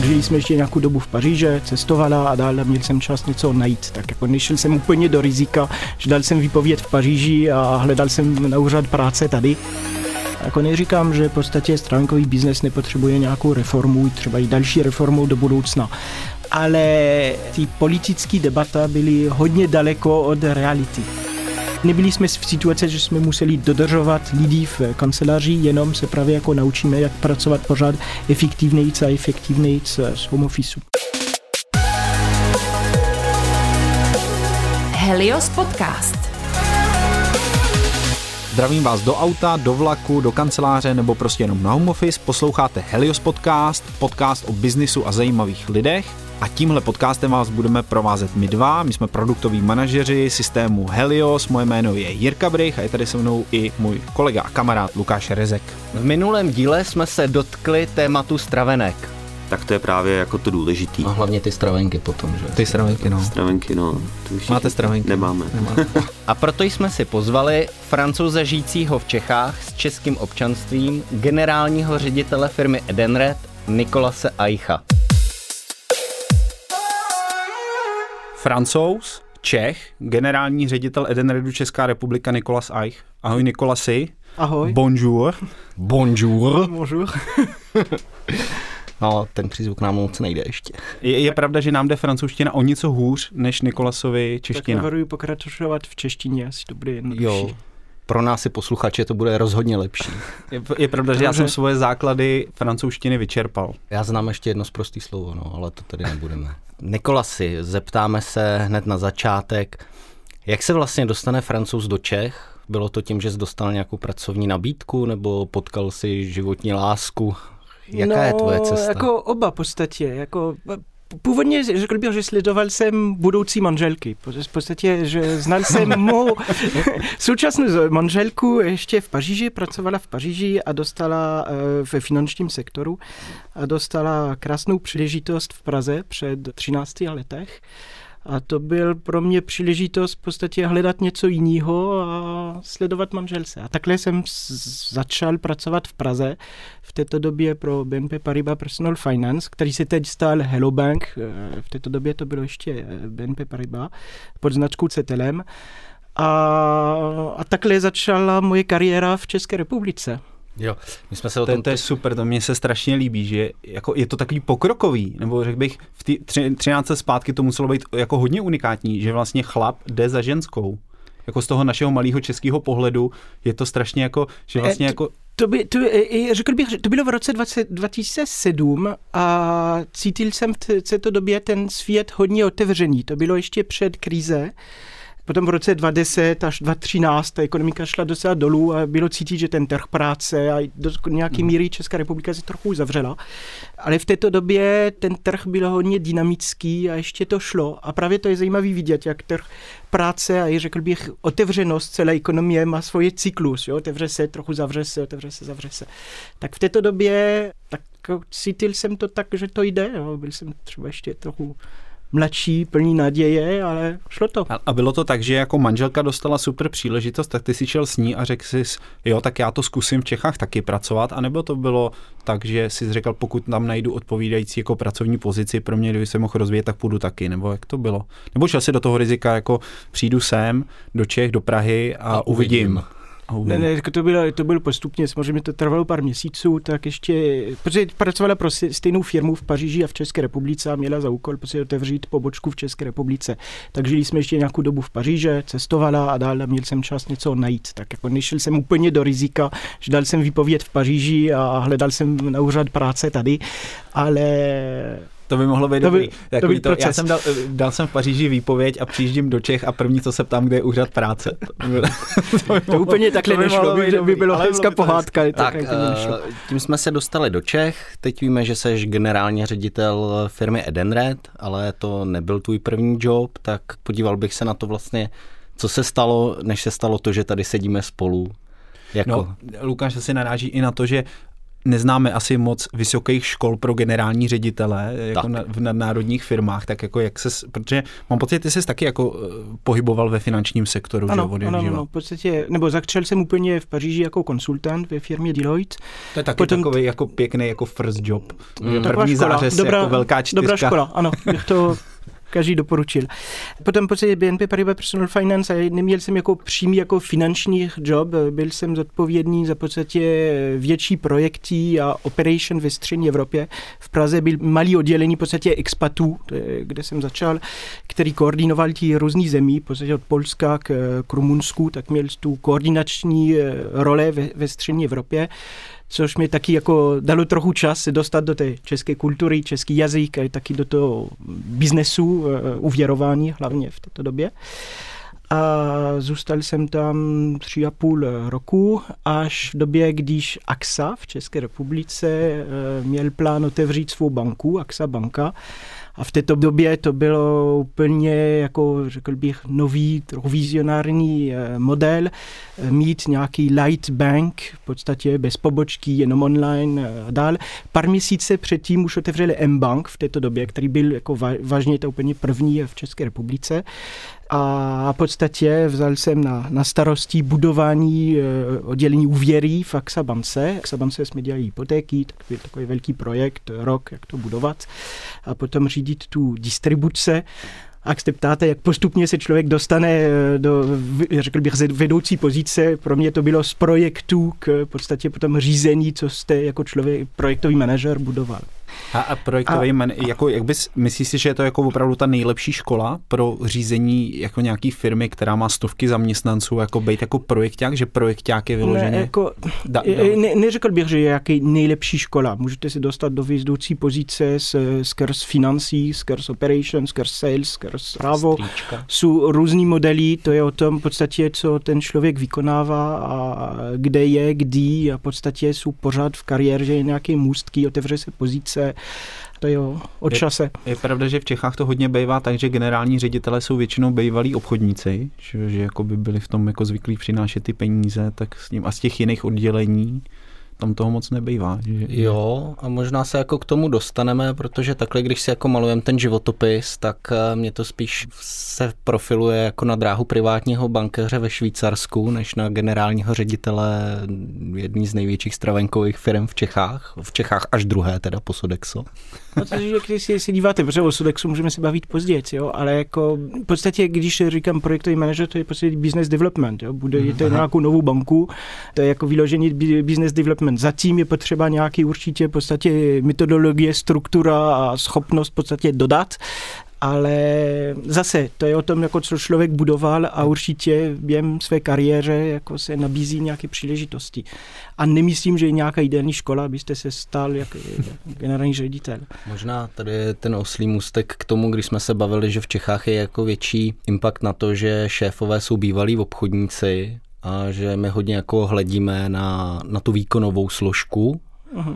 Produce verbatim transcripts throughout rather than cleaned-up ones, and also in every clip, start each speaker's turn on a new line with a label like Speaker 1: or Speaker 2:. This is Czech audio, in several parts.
Speaker 1: žili jsme ještě nějakou dobu v Paříži, cestovala a dál měl jsem čas něco najít. Tak jako nešel jsem úplně do rizika, že dal jsem výpověď v Paříži a hledal jsem na úřad práce tady. Jako neříkám, že v podstatě stránkový biznes nepotřebuje nějakou reformu, třeba i další reformu do budoucna. Ale ty politické debata byly hodně daleko od reality. Nebyli jsme v situaci, že jsme museli dodržovat lidi v kanceláři, jenom se právě jako naučíme, jak pracovat pořád efektivnějc a efektivnějc z home officeu.
Speaker 2: Helios Podcast.
Speaker 3: Zdravím vás do auta, do vlaku, do kanceláře nebo prostě jenom na home office. Posloucháte Helios Podcast, podcast o biznisu a zajímavých lidech. A tímhle podcastem vás budeme provázet my dva. My jsme produktoví manažeři systému Helios. Moje jméno je Jirka Brych a je tady se mnou i můj kolega a kamarád Lukáš Rezek.
Speaker 4: V minulém díle jsme se dotkli tématu stravenek.
Speaker 5: Tak to je právě jako to důležitý.
Speaker 4: A hlavně ty stravenky potom, že?
Speaker 3: Ty stravenky, no.
Speaker 5: Stravenky, no.
Speaker 3: Máte stravenky?
Speaker 5: Nemáme.
Speaker 3: Nemáme.
Speaker 4: A proto jsme si pozvali Francouze žijícího v Čechách s českým občanstvím, generálního ředitele firmy Edenred, Nikolase Eicha.
Speaker 3: Francouz, Čech, generální ředitel Edenredu Česká republika Nikolas Eich. Ahoj Nikolasi.
Speaker 1: Ahoj.
Speaker 3: Bonjour.
Speaker 4: Bonjour.
Speaker 1: Bonjour.
Speaker 4: No, ten přízvuk nám moc nejde ještě.
Speaker 3: Je, je pravda, že nám jde francouzština o něco hůř než Nikolasovi čeština.
Speaker 1: Tak navrhuji pokračovat v češtině, asi to bude jednodušší.
Speaker 4: Jo, pro nás i posluchače to bude rozhodně lepší.
Speaker 3: Je, je pravda, že já jsem svoje základy francouzštiny vyčerpal.
Speaker 4: Já znám ještě jedno sprostý slovo, no, ale to tady nebudeme. Nikolasi, zeptáme se hned na začátek, jak se vlastně dostane Francouz do Čech? Bylo to tím, že jsi dostal nějakou pracovní nabídku, nebo potkal si životní lásku? Jaká
Speaker 1: no,
Speaker 4: je tvoje cesta?
Speaker 1: Jako oba v podstatě. Jako, původně řekl bych, že sledoval jsem budoucí manželky. V podstatě, že znal jsem mou současnou manželku ještě v Paříži, pracovala v Paříži a dostala ve finančním sektoru a dostala krásnou příležitost v Praze před třinácti letech. A to byl pro mě příležitost v podstatě hledat něco jiného a sledovat manželce. A takhle jsem začal pracovat v Praze v této době pro B N P Paribas Personal Finance, který se teď stal Hello Bank. V této době to bylo ještě B N P Paribas pod značkou C T L M. A, a takhle začala moje kariéra v České republice.
Speaker 4: Jo, my jsme se o
Speaker 3: to,
Speaker 4: tom...
Speaker 3: to je super, to mně se strašně líbí, že jako je to takový pokrokový, nebo řekl bych, v ty třináct let zpátky to muselo být jako hodně unikátní, že vlastně chlap jde za ženskou. Jako z toho našeho malého českého pohledu je to strašně jako, že vlastně
Speaker 1: e,
Speaker 3: jako...
Speaker 1: To, by, to, řekl bych, že to bylo v roce dva tisíce sedm a cítil jsem v této době ten svět hodně otevřený. To bylo ještě před krize. Potom v roce dva tisíce deset až dva tisíce třináct ta ekonomika šla docela dolů a bylo cítit, že ten trh práce a do nějaké míry Česká republika se trochu zavřela. Ale v této době ten trh byl hodně dynamický a ještě to šlo. A právě to je zajímavý vidět, jak trh práce a řekl bych otevřenost celé ekonomie má svoje cyklus. Jo? Otevře se, trochu zavře se, otevře se, zavře se. Tak v této době tak cítil jsem to tak, že to jde. Jo? Byl jsem třeba ještě trochu mladší, plný naděje, ale šlo to.
Speaker 3: A bylo to tak, že jako manželka dostala super příležitost, tak ty si šel s ní a řekl jsi, jo, tak já to zkusím v Čechách taky pracovat, anebo to bylo tak, že jsi řekl, pokud tam najdu odpovídající jako pracovní pozici pro mě, kdyby se mohl rozvíjet, tak půjdu taky, nebo jak to bylo? Nebo šel si do toho rizika, jako přijdu sem do Čech, do Prahy a, a uvidím. uvidím.
Speaker 1: Ne, ne, to bylo, to bylo postupně, samozřejmě to trvalo pár měsíců, tak ještě, protože pracovala pro stejnou firmu v Paříži a v České republice a měla za úkol prostě otevřít pobočku v České republice. Tak žili jsme ještě nějakou dobu v Paříži, cestovala a dál měl jsem čas něco najít. Tak jako nešel jsem úplně do rizika, že dal jsem výpověď v Paříži a hledal jsem na úřad práce tady, ale...
Speaker 3: To by mohlo být dobrý.
Speaker 1: To by
Speaker 3: to, já jsem dal, dal jsem v Paříži výpověď a přijíždím do Čech a první, co se ptám, kde je úřad práce. To, by,
Speaker 1: to, by to úplně takhle to by nešlo, by, by, by bylo hezká pohádka.
Speaker 4: Tak, tak uh, tím jsme se dostali do Čech, teď víme, že jsi generální ředitel firmy Edenred, ale to nebyl tvůj první job, tak podíval bych se na to vlastně, co se stalo, než se stalo to, že tady sedíme spolu. Jako...
Speaker 3: No, Lukáš asi naráží i na to, že neznáme asi moc vysokých škol pro generální ředitele jako na, v nadnárodních firmách, tak jako jak ses, protože mám pocit, ty jsi taky jako pohyboval ve finančním sektoru,
Speaker 1: ano,
Speaker 3: že?
Speaker 1: Ano, ano, v podstatě, nebo začal jsem úplně v Paříži jako konsultant ve firmě Deloitte.
Speaker 3: To je taky Potom... takový jako pěkný jako first job.
Speaker 1: Mm.
Speaker 3: První zářez dobrá, jako velká čtyřka.
Speaker 1: Dobrá škola, ano, bych to každý doporučil. Potom v podstatě B N P Paribas Personal Finance, ale neměl jsem jako přímý jako finanční job, byl jsem zodpovědný za podstatě větší projekty a operation ve střední Evropě. V Praze byl malý oddělení v podstatě expatů, kde jsem začal, který koordinoval ty různý zemí, v podstatě od Polska k, k Rumunsku, tak měl tu koordinační role ve, ve střední Evropě, což mi taky jako dalo trochu čas se dostat do té české kultury, český jazyk a taky do toho biznesu, uvěrování hlavně v této době. A zůstal jsem tam tři a půl roku, až v době, když A X A v České republice měl plán otevřít svou banku, A X A banka. A v této době to bylo úplně, jako řekl bych, nový, trochu vizionární model, mít nějaký light bank, v podstatě bez pobočky, jenom online a dál. Pár měsíce předtím už otevřeli M-Bank v této době, který byl jako vážně to úplně první v České republice. A v podstatě vzal jsem na, na starosti budování oddělení úvěry v A X A bance. A X A bance jsme dělali hypotéky, tak byl takový velký projekt, rok, jak to budovat. A potom řídit tu distribuce. A jak se ptáte, jak postupně se člověk dostane do, řekl bych, vedoucí pozice, pro mě to bylo z projektu k v podstatě potom řízení, co jste jako člověk, projektový manažer budoval.
Speaker 3: A, a projektový, a, man, jako, jak bys, myslíš si, že je to jako opravdu ta nejlepší škola pro řízení jako nějaký firmy, která má stovky zaměstnanců, jako být jako projekták, že projekták je vyloženě?
Speaker 1: Ne, jako,
Speaker 3: da, da.
Speaker 1: ne, neřekl bych, že je jaký nejlepší škola. Můžete se dostat do vedoucí pozice skrz financí, skrz operations, skrz sales, skrz právo. Jsou různý modely, to je o tom v podstatě, co ten člověk vykonává a kde je, kdy a v podstatě jsou pořád v kariéře nějaké můstky, otevře se pozice. To je o čase.
Speaker 3: Je, je pravda, že v Čechách to hodně bývá tak, že generální ředitelé jsou většinou bývalí obchodníci, že, že jako by byli v tom jako zvyklí přinášet ty peníze, tak s ním a z těch jiných oddělení tam toho moc nebývá. Že?
Speaker 4: Jo, a možná se jako k tomu dostaneme, protože takhle, když si jako malujeme ten životopis, tak mě to spíš se profiluje jako na dráhu privátního bankéře ve Švýcarsku, než na generálního ředitele jedné z největších stravenkových firm v Čechách. V Čechách až druhé, teda po Sodexo.
Speaker 1: No to je, když si, si díváte, protože o Sodexu můžeme se bavit později, jo, ale jako v podstatě, když říkám projektový manažer, to je v podstatě business development, jo, budujete nějakou novou banku, to je jako vyložení business development. Zatím je potřeba nějaký určitě v podstatě metodologie, struktura a schopnost v podstatě dodat, ale zase to je o tom, jako co člověk budoval a určitě během své kariéře jako se nabízí nějaké příležitosti. A nemyslím, že je nějaká ideální škola, abyste se stal jako generální ředitel.
Speaker 4: Možná tady je ten oslý můstek k tomu, když jsme se bavili, že v Čechách je jako větší impact na to, že šéfové jsou bývalí obchodníci, a že my hodně jako hledíme na, na tu výkonovou složku. Uh-huh.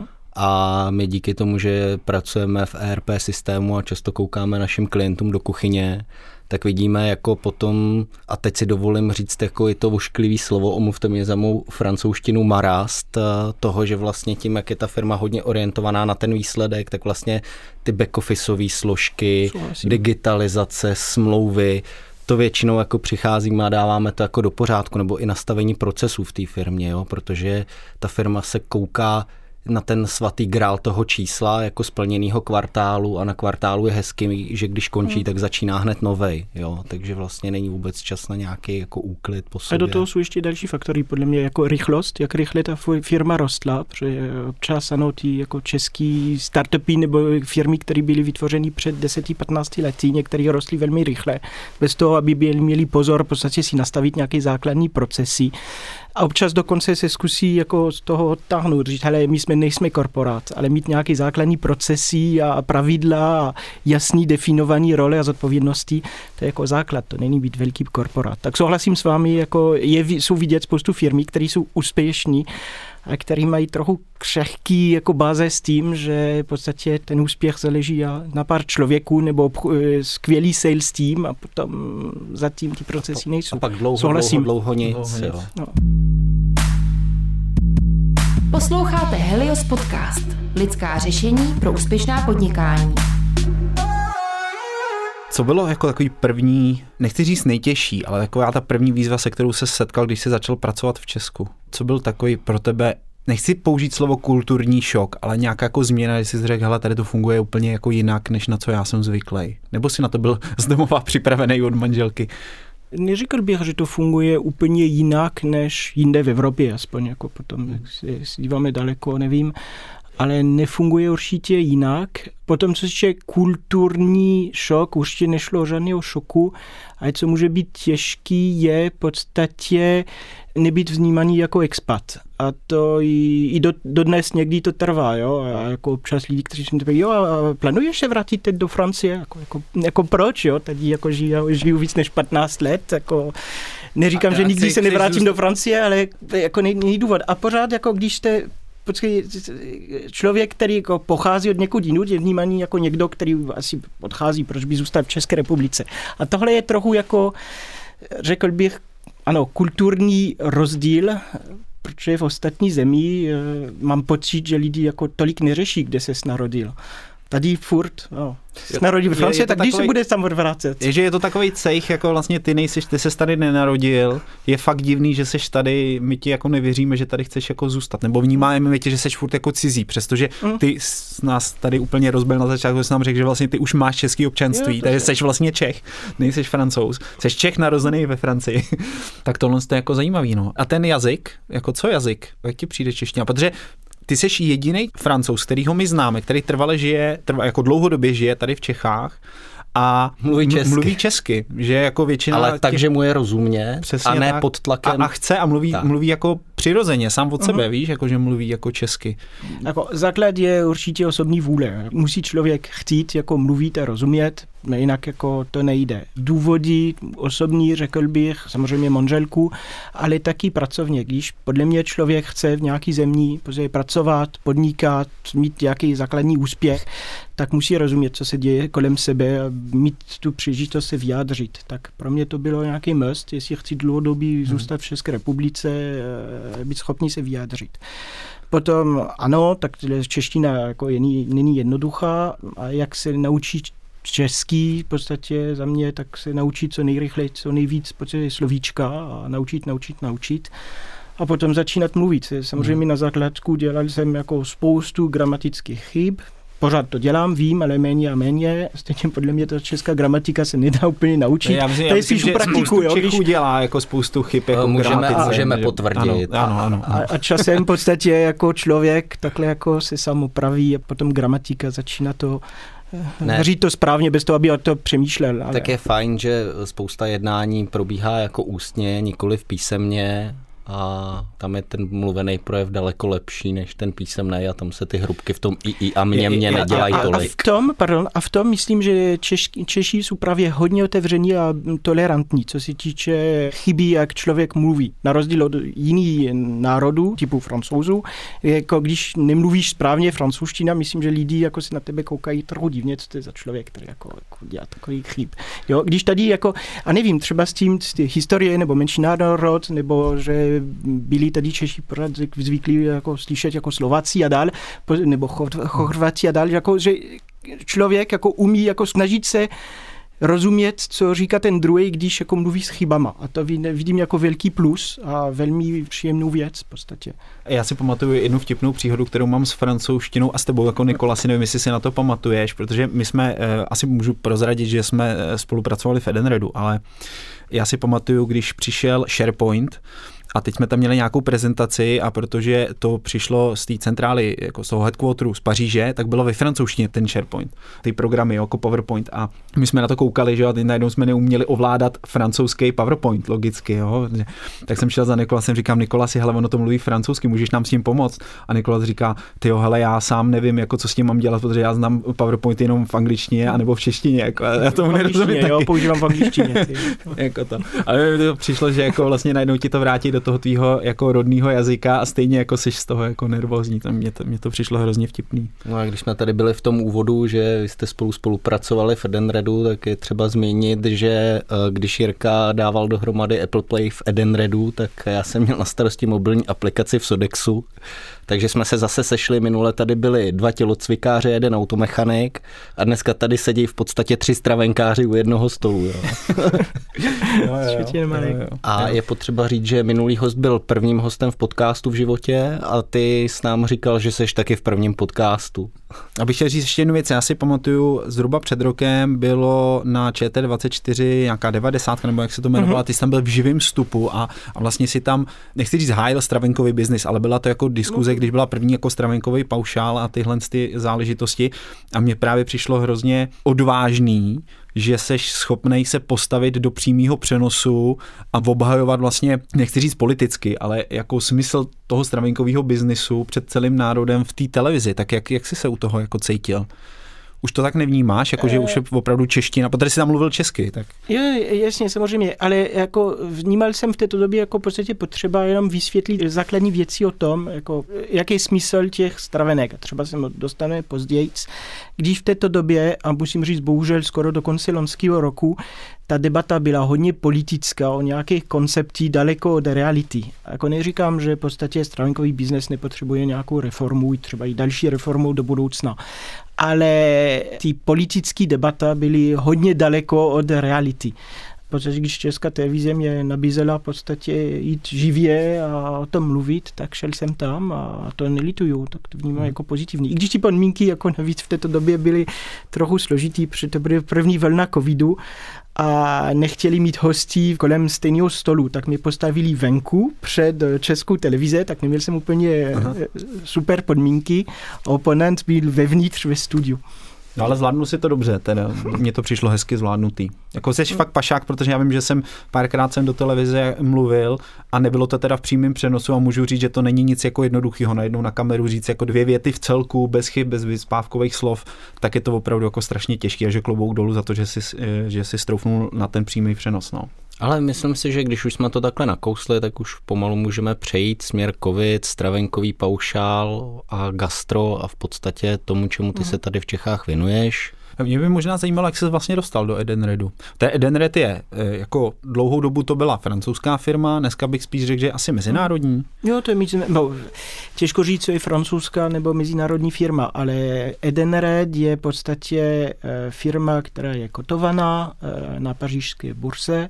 Speaker 4: A my díky tomu, že pracujeme v E R P systému a často koukáme našim klientům do kuchyně, tak vidíme jako potom, a teď si dovolím říct jako je to vošklivý slovo, omluvte mě za mou francouzštinu marast, toho, že vlastně tím, jak je ta firma hodně orientovaná na ten výsledek, tak vlastně ty back-officeové složky, Souhlasím. digitalizace, smlouvy, to většinou jako přicházíme a dáváme to jako do pořádku, nebo i nastavení procesů v té firmě, jo? Protože ta firma se kouká na ten svatý grál toho čísla jako splněného kvartálu a na kvartálu je hezký, že když končí, hmm. tak začíná hned novej, jo, takže vlastně není vůbec čas na nějaký jako úklid po sobě.
Speaker 1: A do toho jsou ještě další faktory, podle mě jako rychlost, jak rychle ta firma rostla, protože občas ano, ty jako český startupy nebo firmy, které byly vytvořeny před deset patnáct lety, některé rostly velmi rychle, bez toho, aby byli, měli pozor, v podstatě si nastavit nějaké základní procesy. A občas dokonce se zkusí jako z toho odtáhnout, říct, hele, my jsme nejsme korporát, ale mít nějaké základní procesy a pravidla a jasný definovaní role a zodpovědnosti, to je jako základ, to není být velký korporát. Tak souhlasím s vámi, jako je, jsou vidět spoustu firmy, které jsou úspěšní a který mají trochu křehký jako báze s tím, že v podstatě ten úspěch záleží na pár člověků nebo skvělý sales tým a potom zatím ty procesy nejsou.
Speaker 4: A pak dlouho, dlouho, dlouho nic. Dlouho nic.
Speaker 1: No.
Speaker 2: Posloucháte Helios Podcast. Lidská řešení pro úspěšná podnikání.
Speaker 3: Co bylo jako takový první, nechci říct nejtěžší, ale taková ta první výzva, se kterou se setkal, když jsi začal pracovat v Česku? Co byl takový pro tebe, nechci použít slovo kulturní šok, ale nějaká jako změna, když jsi řekl, hele, tady to funguje úplně jako jinak, než na co já jsem zvyklý. Nebo si na to byl z domova připravený od manželky?
Speaker 1: Neříkal bych, že to funguje úplně jinak než jinde v Evropě, aspoň jako potom, jak se díváme daleko, nevím, ale nefunguje určitě jinak. Potom, co se týče kulturní šok, určitě nešlo o žádného šoku, ale co může být těžký, je v podstatě nebýt vnímaný jako expat. A to i, i do, dodnes někdy to trvá, jo, a jako občas lidi, kteří se mi říkají, jo, a plánuješ se vrátit teď do Francie? Jako, jako, jako proč, jo, tady jako žiju, žiju víc než patnáct let, jako neříkám, že nikdy se nevrátím zůst... do Francie, ale jako není důvod. A pořád, jako když jste Počkej, člověk, který jako pochází od někud jinut, je vnímaný jako někdo, který asi odchází, proč by zůstal v České republice. A tohle je trochu jako, řekl bych, ano, kulturní rozdíl, protože v ostatní zemi mám pocit, že lidi jako tolik neřeší, kde se narodil. Tady furt, no, se narodil v Francii, tak když se bude tam odvracet.
Speaker 3: Je, že je to takovej cejch, jako vlastně ty nejseš, ty ses tady nenarodil, je fakt divný, že seš tady, my ti jako nevěříme, že tady chceš jako zůstat, nebo vnímáme tě, že seš furt jako cizí, přestože ty s nás tady úplně rozbil na začátku, jsi nám řekl, že vlastně ty už máš český občanství, jo, takže seš vlastně Čech, nejseš Francouz, seš Čech narozený ve Francii. Tak tohle je jako zajímavý, no. A ten jazyk, jako co jazyk, jak ti přijde čeština, protože ty jsi jediný Francouz, kterýho my známe, který trvale žije, trvá, jako dlouhodobě žije tady v Čechách a
Speaker 4: mluví česky.
Speaker 3: mluví česky, že jako většina...
Speaker 4: Ale tak, těch... že mu je rozumě a ne
Speaker 3: tak,
Speaker 4: pod tlakem.
Speaker 3: A, a chce a mluví, mluví jako přirozeně, sám od uh-huh. sebe, víš, jako že mluví jako česky.
Speaker 1: Jako základ je určitě osobní vůle. Musí člověk chtít jako mluvit a rozumět, jinak jako to nejde. Důvody osobní, řekl bych, samozřejmě manželku, ale taky pracovně. Když podle mě člověk chce v nějaký zemi pracovat, podnikat, mít nějaký základní úspěch, tak musí rozumět, co se děje kolem sebe a mít tu příležitost se vyjádřit. Tak pro mě to bylo nějaký must, jestli chci dlouhodobě zůstat v České republice, být schopný se vyjádřit. Potom ano, tak čeština jako je, není jednoduchá a jak se naučit český v podstatě za mě, tak se naučit co nejrychleji, co nejvíc v podstatě slovíčka a naučit, naučit, naučit. A potom začínat mluvit. Samozřejmě na základku dělal jsem jako spoustu gramatických chyb. Pořád to dělám, vím, ale méně a méně. Stejně podle mě ta česká gramatika se nedá úplně naučit.
Speaker 3: Já myslím, to je spíš u praktiku. Jo, Čechů když... dělá jako spoustu chyb jako
Speaker 4: můžeme, a můžeme potvrdit.
Speaker 3: Ano, ano, ano, ano.
Speaker 1: A, a časem v podstatě jako člověk takhle jako se sám opraví a potom gramatika začíná to ne. říct to správně, bez toho, aby o to přemýšlel. Ale...
Speaker 4: Tak je fajn, že spousta jednání probíhá jako ústně, nikoliv písemně a tam je ten mluvený projev daleko lepší než ten písemný a tam se ty hrubky v tom i, i a mě, mě nedělají tolik.
Speaker 1: A v tom, pardon, a v tom myslím, že Češ, Češi jsou právě hodně otevření a tolerantní, co se týče chybí, jak člověk mluví. Na rozdíl od jiných národů, typu Francouzů, jako když nemluvíš správně francouzština, myslím, že lidi jako se na tebe koukají trochu divně, co to je za člověk, který jako, jako dělá takový chyb. Jo, když tady jako, a nevím, třeba s tím z té historie nebo menší národ, nebo že byli tady Češi pořád zvyklí jako slyšet jako Slováci a dál, nebo Chorváti a dál, jako, že člověk jako umí jako snažit se rozumět, co říká ten druhý, když jako mluví s chybama. A to vidím jako velký plus a velmi příjemnou věc v podstatě.
Speaker 3: Já si pamatuju jednu vtipnou příhodu, kterou mám s francouzštinou a s tebou jako Nikola, si nevím, jestli si na to pamatuješ, protože my jsme, asi můžu prozradit, že jsme spolupracovali v Edenredu, ale já si pamatuju, když přišel SharePoint, a teď jsme tam měli nějakou prezentaci a protože to přišlo z té centrály, jako z toho headquarteru z Paříže, tak bylo ve francouzštině ten SharePoint, ty programy jako PowerPoint a my jsme na to koukali, že a najednou jsme neuměli ovládat francouzský PowerPoint, logicky, jo. Tak jsem šel za Nikolasem, říkám, Nikolasi, hele, ono to mluví francouzsky, můžeš nám s tím pomoct? A Nikolas říká, tyjo, hele, já sám nevím, jako co s tím mám dělat, protože já znám PowerPoint jenom v angličtině anebo v češtině, jako já tomu nerozumím.
Speaker 1: Jo, používám v angličtině.
Speaker 3: Jako to. Ale to přišlo, že jako vlastně najednou ti to vrátí do toho tvýho jako rodného jazyka a stejně jako jsi z toho jako nervózní. Tam mě to, mě to přišlo hrozně vtipný.
Speaker 4: No a když jsme tady byli v tom úvodu, že vy jste spolu spolupracovali v Edenredu, tak je třeba zmínit, že když Jirka dával dohromady Apple Play v Edenredu, tak já jsem měl na starosti mobilní aplikaci v Sodexu, takže jsme se zase sešli. Minule tady byli dva tělocvikáři, jeden automechanik a dneska tady sedí v podstatě tři stravenkáři u jednoho stolu. Jo.
Speaker 3: jo, jo, jo, jo.
Speaker 4: A je potřeba říct, že minulý host byl prvním hostem v podcastu v životě a ty s nám říkal, že seš taky v prvním podcastu.
Speaker 3: Abych chtěl říct ještě jednu věc, já si pamatuju, zhruba před rokem bylo na Č T dvacet čtyři nějaká devadesátka, nebo jak se to jmenovala, ty jsi tam byl v živém vstupu a, a vlastně si tam, nechci říct hájil stravenkový biznis, ale byla to jako diskuze, když byla první jako stravenkový paušál a tyhle ty záležitosti a mně právě přišlo hrozně odvážný, že seš schopnej se postavit do přímého přenosu a obhajovat vlastně, nechci říct politicky, ale jako smysl toho stravenkového biznisu před celým národem v té televizi. Tak jak, jak jsi se u toho jako cítil? Už to tak nevnímáš, jako že už je opravdu čeština, protože jsi tam mluvil česky, tak.
Speaker 1: Jo, jasně, samozřejmě, ale jako vnímal jsem v této době jako v podstatě potřeba jenom vysvětlit základní věci o tom, jako jaký je smysl těch stravenek. Třeba se dostaneme později, když v této době, a musím říct bohužel skoro do konce loňského roku, ta debata byla hodně politická o nějakých konceptích daleko od reality. Jako neříkám, že v podstatě stravenkový biznes nepotřebuje nějakou reformu, třeba i další reformu do budoucna. Ale ty politické debata byly hodně daleko od reality. Protože když Česká televize mě nabízela v podstatě jít živě a o tom mluvit, tak šel jsem tam a to nelituju, tak to vnímám jako pozitivní. I když ty podmínky jako navíc v této době byly trochu složitý, protože to byla první vlna covidu a nechtěli mít hostí kolem stejného stolu, tak mě postavili venku před Českou televize, tak neměl jsem úplně Aha. super podmínky. Oponent byl vevnitř ve studiu.
Speaker 3: No ale zvládnu si to dobře, teda mně to přišlo hezky zvládnutý. Jako jsi fakt pašák, protože já vím, že jsem párkrát jsem do televize mluvil a nebylo to teda v přímém přenosu a můžu říct, že to není nic jako jednoduchého najednou na kameru říct jako dvě věty v celku, bez chyb, bez vyspávkových slov, tak je to opravdu jako strašně těžké a že klobouk dolů za to, že si, že si stroufnul na ten přímý přenos, no.
Speaker 4: Ale myslím si, že když už jsme to takhle nakousli, tak už pomalu můžeme přejít směr covid, stravenkový paušál a gastro a v podstatě tomu, čemu ty se tady v Čechách věnuješ.
Speaker 3: Mě by možná zajímalo, jak se vlastně dostal do Edenredu. To Edenred je, jako dlouhou dobu to byla francouzská firma, dneska bych spíš řekl, že je asi mezinárodní.
Speaker 1: Jo, to je mezinárodní, no, těžko říct, co je francouzská nebo mezinárodní firma, ale Edenred je v podstatě firma, která je kotovaná na pařížské burze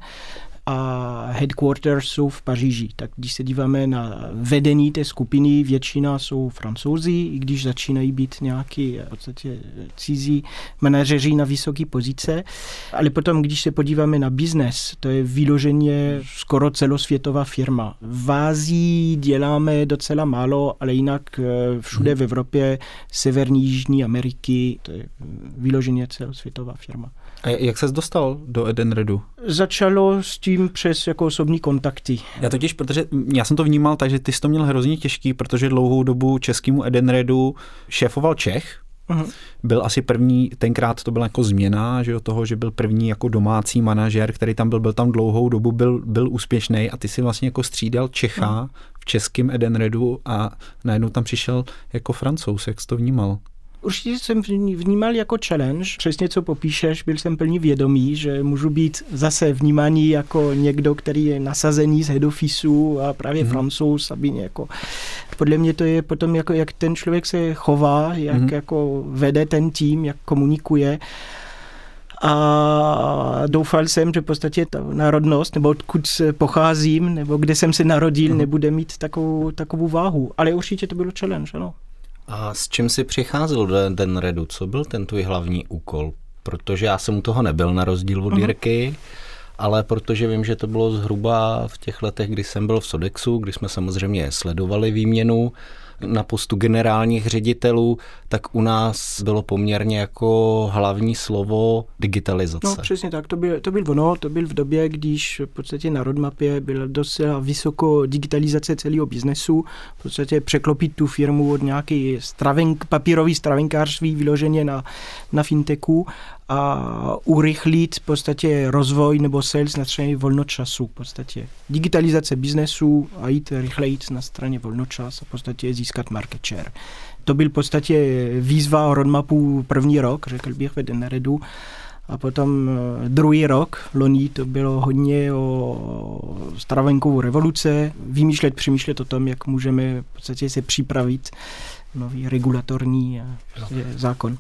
Speaker 1: a headquarters jsou v Paříži. Tak když se díváme na vedení té skupiny, většina jsou Francouzi, i když začínají být nějaký v podstatě cizí manažeři na vysoké pozice. Ale potom, když se podíváme na biznes, to je vyloženě skoro celosvětová firma. V Ázii děláme docela málo, ale jinak všude hmm. v Evropě, Severní, Jižní Ameriky, to je vyloženě celosvětová firma.
Speaker 3: A jak ses dostal do Edenredu?
Speaker 1: Začalo s tím přes jako osobní kontakty.
Speaker 3: Já totiž, protože já jsem to vnímal tak, že ty jsi to měl hrozně těžký, protože dlouhou dobu českému Edenredu šéfoval Čech. Uh-huh. Byl asi první, tenkrát to byla jako změna, že jo, toho, že byl první jako domácí manažer, který tam byl, byl tam dlouhou dobu, byl, byl úspěšný a ty si vlastně jako střídal Čecha uh-huh. v českém Edenredu a najednou tam přišel jako Francouz. Jak jsi to vnímal?
Speaker 1: Určitě jsem vnímal jako challenge, přesně co popíšeš, byl jsem plně vědomý, že můžu být zase vnímaný jako někdo, který je nasazený z head officeu a právě mm-hmm. Francouz, aby jako, podle mě to je potom jako, jak ten člověk se chová, jak mm-hmm. jako vede ten tým, jak komunikuje. A doufal jsem, že v podstatě ta národnost, nebo odkud pocházím, nebo kde jsem se narodil, mm-hmm. nebude mít takovou, takovou váhu. Ale určitě to bylo challenge, ano.
Speaker 4: A s čím jsi přicházel do Edenredu? Co byl ten tvůj hlavní úkol? Protože já jsem u toho nebyl na rozdíl od Jirky, uh-huh. ale protože vím, že to bylo zhruba v těch letech, kdy jsem byl v Sodexu, kdy jsme samozřejmě sledovali výměnu na postu generálních ředitelů, tak u nás bylo poměrně jako hlavní slovo digitalizace.
Speaker 1: No přesně tak, to byl, to byl ono, to byl v době, když v podstatě na roadmapě byla docela vysoko digitalizace celého biznesu, v podstatě překlopit tu firmu od nějaký stravenk, papírový stravenkářství vyloženě na, na fintechu a urychlit v podstatě rozvoj nebo sales na straně volnočasu. V podstatě digitalizace biznesu a jít rychleji na straně volnočas a v podstatě získat market share. To byl v podstatě výzva roadmapu první rok, řekl bych, ve Deneredu. A potom druhý rok, loni, to bylo hodně o stravenkovou revoluce, vymýšlet, přemýšlet o tom, jak můžeme v podstatě se připravit nový regulatorní zákon.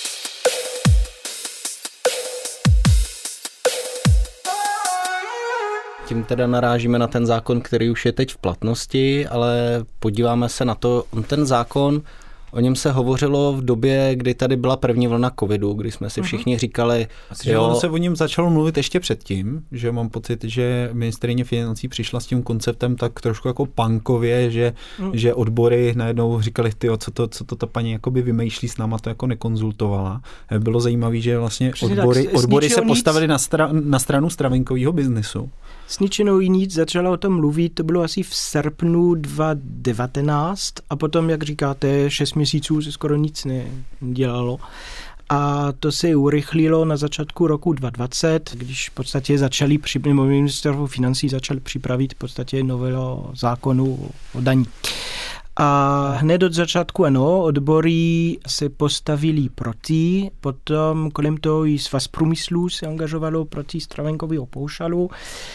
Speaker 4: Tím teda narážíme na ten zákon, který už je teď v platnosti, ale podíváme se na to, on ten zákon, o něm se hovořilo v době, kdy tady byla první vlna covidu, kdy jsme si všichni říkali...
Speaker 3: Asi, jo, že ono se o něm začalo mluvit ještě předtím, že mám pocit, že ministryně financí přišla s tím konceptem tak trošku jako punkově, že, mm. že odbory najednou říkali, tyjo, co to, co to ta paní jakoby vymýšlí s náma, to jako nekonzultovala. Bylo zajímavé, že vlastně odbory, odbory se postavili na, stra, na stranu stravenkového biznesu.
Speaker 1: S ničenou nic začala o tom mluvit, to bylo asi v srpnu dva tisíce devatenáct a potom, jak říkáte, šest měsíců se skoro nic nedělalo. A to se urychlilo na začátku roku dva tisíce dvacet, když v podstatě začali, nebo ministerstvo financí začal připravit v podstatě novelu zákonu o daní. A hned od začátku ano, odbory se postavili proti, potom kolem toho i Svaz průmyslu se angažovalo proti stravenkového paušalu.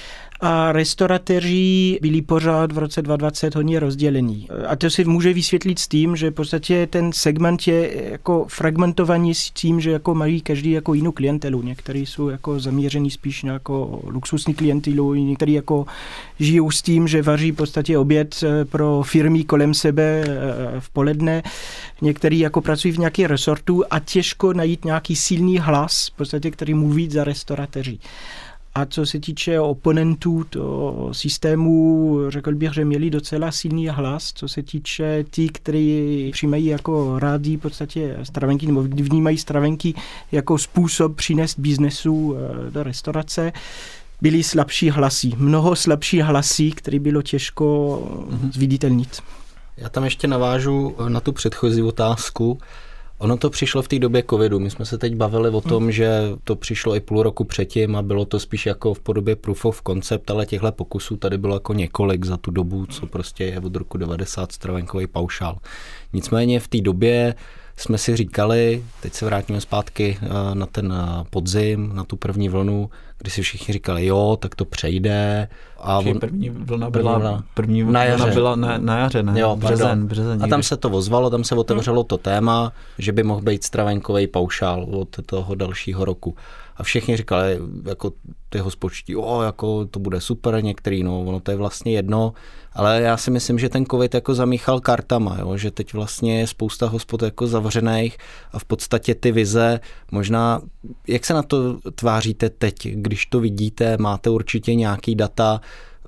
Speaker 1: A restauratéři byli pořád v roce dva tisíce dvacet hodně rozdělení. A to se může vysvětlit s tím, že v podstatě ten segment je jako fragmentovaný s tím, že jako mají každý jako jinou klientelu. Někteří jsou jako zaměření spíš na jako luxusní klientelu, někteří jako žijou s tím, že vaří v podstatě oběd pro firmy kolem sebe v poledne. Někteří jako pracují v nějaké resortu a těžko najít nějaký silný hlas, v podstatě, který mluví za restauratéři. A co se týče oponentů toho systému, řekl bych, že měli docela silný hlas, co se týče tí, kteří přijímají jako rádi v podstatě stravenky, nebo vnímají stravenky jako způsob přinést biznesu do restaurace, byly slabší hlasy. Mnoho slabší hlasy, které bylo těžko zviditelnit.
Speaker 4: Já tam ještě navážu na tu předchozí otázku. Ono to přišlo v té době covidu. My jsme se teď bavili o tom, hmm. že to přišlo i půl roku předtím a bylo to spíš jako v podobě proof of concept, ale těchto pokusů tady bylo jako několik za tu dobu, co prostě je od roku devadesát stravenkový paušál. Nicméně v té době jsme si říkali, teď se vrátíme zpátky na ten podzim, na tu první vlnu, kdy si všichni říkali, jo, tak to přejde. A on,
Speaker 3: první vlna byla, první, první vlna na jaře. byla na, na jaře, ne?
Speaker 4: Jo,
Speaker 3: březen, březen.
Speaker 4: A tam se to ozvalo, tam se otevřelo to téma, že by mohl být stravenkový paušál od toho dalšího roku. A všichni říkali, jako ty hospočtí, o, jako to bude super, některý, no, ono to je vlastně jedno, ale já si myslím, že ten covid jako zamíchal kartama, jo, že teď vlastně je spousta hospod jako zavřených a v podstatě ty vize, možná, jak se na to tváříte teď, když to vidíte, máte určitě nějaký data